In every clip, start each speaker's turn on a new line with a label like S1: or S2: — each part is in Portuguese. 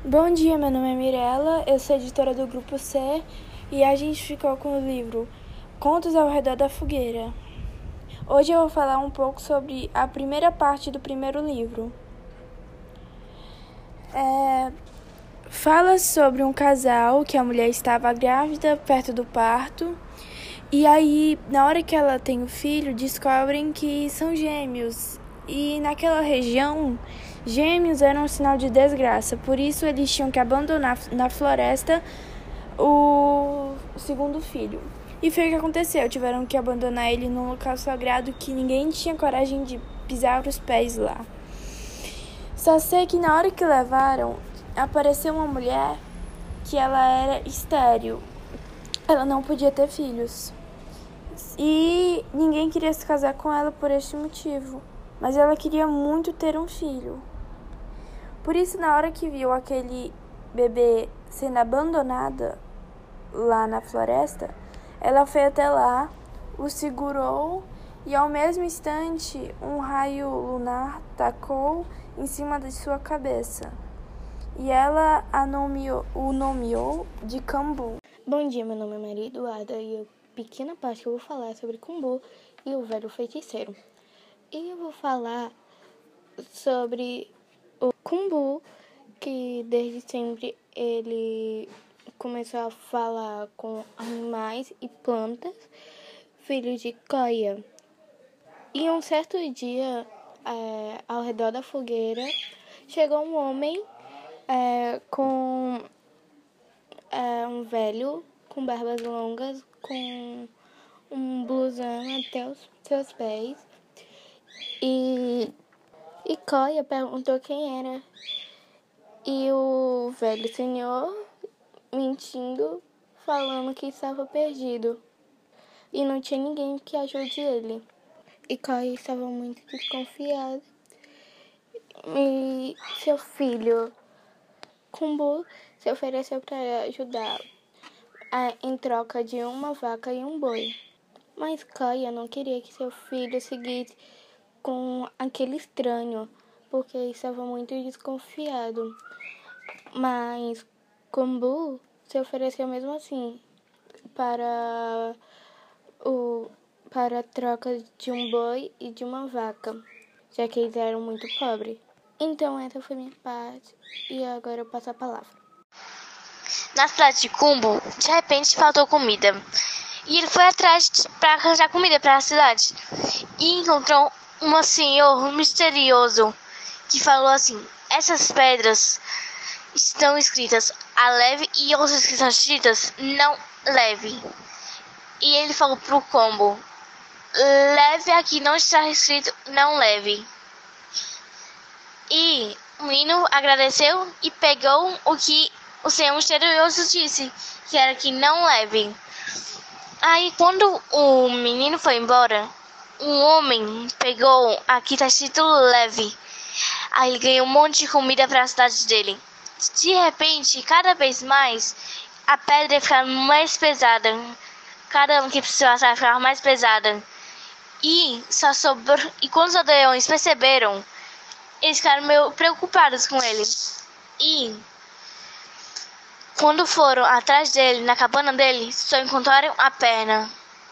S1: Bom dia, meu nome é Mirella, eu sou editora do Grupo C e a gente ficou com o livro Contos ao Redor da Fogueira. Hoje eu vou falar um pouco sobre a primeira parte do primeiro livro. Fala sobre um casal que a mulher estava grávida perto do parto e aí, na hora que ela tem o filho, descobrem que são gêmeos. E naquela região, gêmeos eram um sinal de desgraça. Por isso, eles tinham que abandonar na floresta o segundo filho. E foi o que aconteceu. Tiveram que abandonar ele num local sagrado que ninguém tinha coragem de pisar os pés lá. Só sei que na hora que levaram, apareceu uma mulher que ela era estéril. Ela não podia ter filhos. E ninguém queria se casar com ela por este motivo. Mas ela queria muito ter um filho. Por isso, na hora que viu aquele bebê sendo abandonado lá na floresta, ela foi até lá, o segurou e ao mesmo instante um raio lunar tacou em cima de sua cabeça. E ela o nomeou de Cambu.
S2: Bom dia, meu nome é Maria Eduarda e a pequena parte que eu vou falar é sobre Kumbu e o velho feiticeiro. E eu vou falar sobre o Kumbu, que desde sempre ele começou a falar com animais e plantas, filho de Koia. E um certo dia, ao redor da fogueira, chegou um homem com um velho com barbas longas, com um blusão até os seus pés. E Koia perguntou quem era. E o velho senhor, mentindo, falando que estava perdido. E não tinha ninguém que ajude ele. E Koia estava muito desconfiado. E seu filho, Kumbu, se ofereceu para ajudá-lo em troca de uma vaca e um boi. Mas Koia não queria que seu filho seguisse com aquele estranho, porque estava muito desconfiado. Mas Kumbu se ofereceu mesmo assim para a troca de um boi e de uma vaca, já que eles eram muito pobres. Então essa foi minha parte e agora eu passo a palavra.
S3: Na cidade de Kumbu, de repente faltou comida. E ele foi atrás para arranjar comida para a cidade. E encontrou um senhor misterioso que falou assim: essas pedras estão escritas a leve e outras que estão escritas não leve. E ele falou pro Combo: leve aqui não está escrito não leve. E o menino agradeceu e pegou o que o senhor misterioso disse, que era que não leve. Aí quando o menino foi embora, um homem pegou aqui tá escrito leve. Aí ele ganhou um monte de comida para a cidade dele. De repente, cada vez mais, a pedra ia ficar mais pesada. Cada ano que precisava ficar mais pesada. E quando os aldeões perceberam, eles ficaram meio preocupados com ele. E quando foram atrás dele, na cabana dele, só encontraram a perna.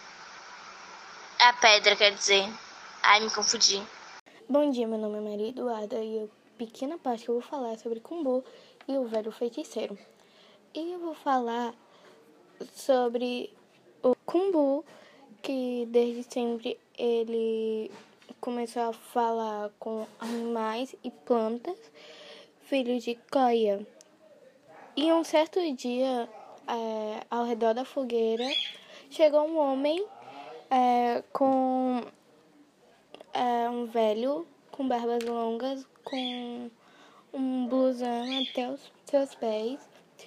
S3: A pedra, quer dizer. Ai, me confundi.
S2: Bom dia, meu nome é Maria Eduarda e a pequena parte que eu vou falar é sobre Kumbu e o velho feiticeiro. E eu vou falar sobre o Kumbu, que desde sempre ele começou a falar com animais e plantas, filho de Koia. E um certo dia, ao redor da fogueira, chegou um homem com um velho com barbas longas, com um blusão até os seus pés.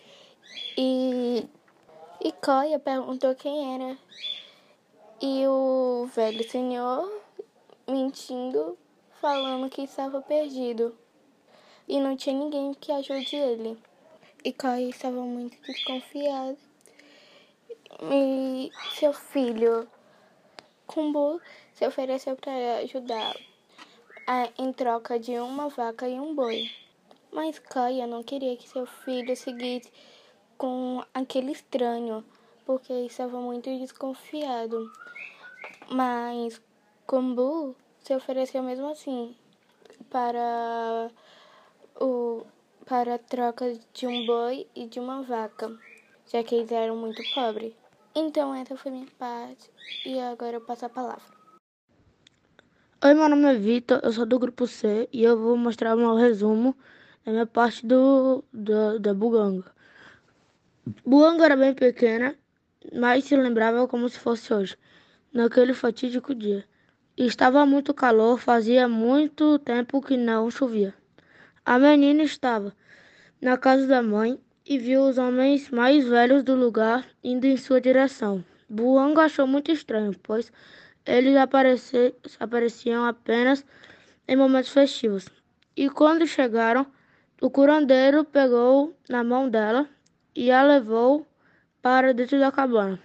S2: E Koia perguntou quem era. E o velho senhor, mentindo, falando que estava perdido. E não tinha ninguém que ajude ele. E Koia estava muito desconfiado. E seu filho, Kumbu, se ofereceu para ajudá-lo em troca de uma vaca e um boi. Mas Kaia não queria que seu filho seguisse com aquele estranho, porque estava muito desconfiado. Mas Kumbu se ofereceu mesmo assim para para a troca de um boi e de uma vaca, já que eles eram muito pobres. Então essa foi minha parte e agora eu passo a palavra.
S4: Oi, meu nome é Vitor, eu sou do grupo C e eu vou mostrar o meu resumo da minha parte da Buganga. Buganga era bem pequena, mas se lembrava como se fosse hoje, naquele fatídico dia. E estava muito calor, fazia muito tempo que não chovia. A menina estava na casa da mãe e viu os homens mais velhos do lugar indo em sua direção. Buanga achou muito estranho, pois eles apareciam apenas em momentos festivos. E quando chegaram, o curandeiro pegou na mão dela e a levou para dentro da cabana.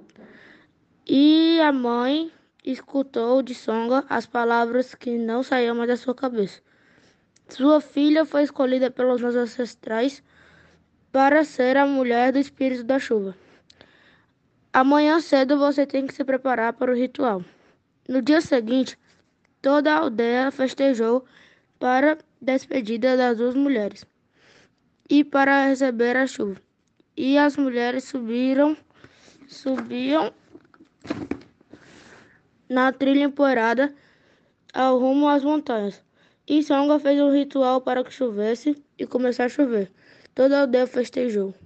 S4: E a mãe escutou de Songa as palavras que não saíam mais da sua cabeça. Sua filha foi escolhida pelos nossos ancestrais para ser a mulher do espírito da chuva. Amanhã cedo você tem que se preparar para o ritual. No dia seguinte, toda a aldeia festejou para a despedida das duas mulheres e para receber a chuva. E as mulheres subiam na trilha empoeirada ao rumo às montanhas. E Songa fez um ritual para que chovesse e começasse a chover. Toda a aldeia festejou.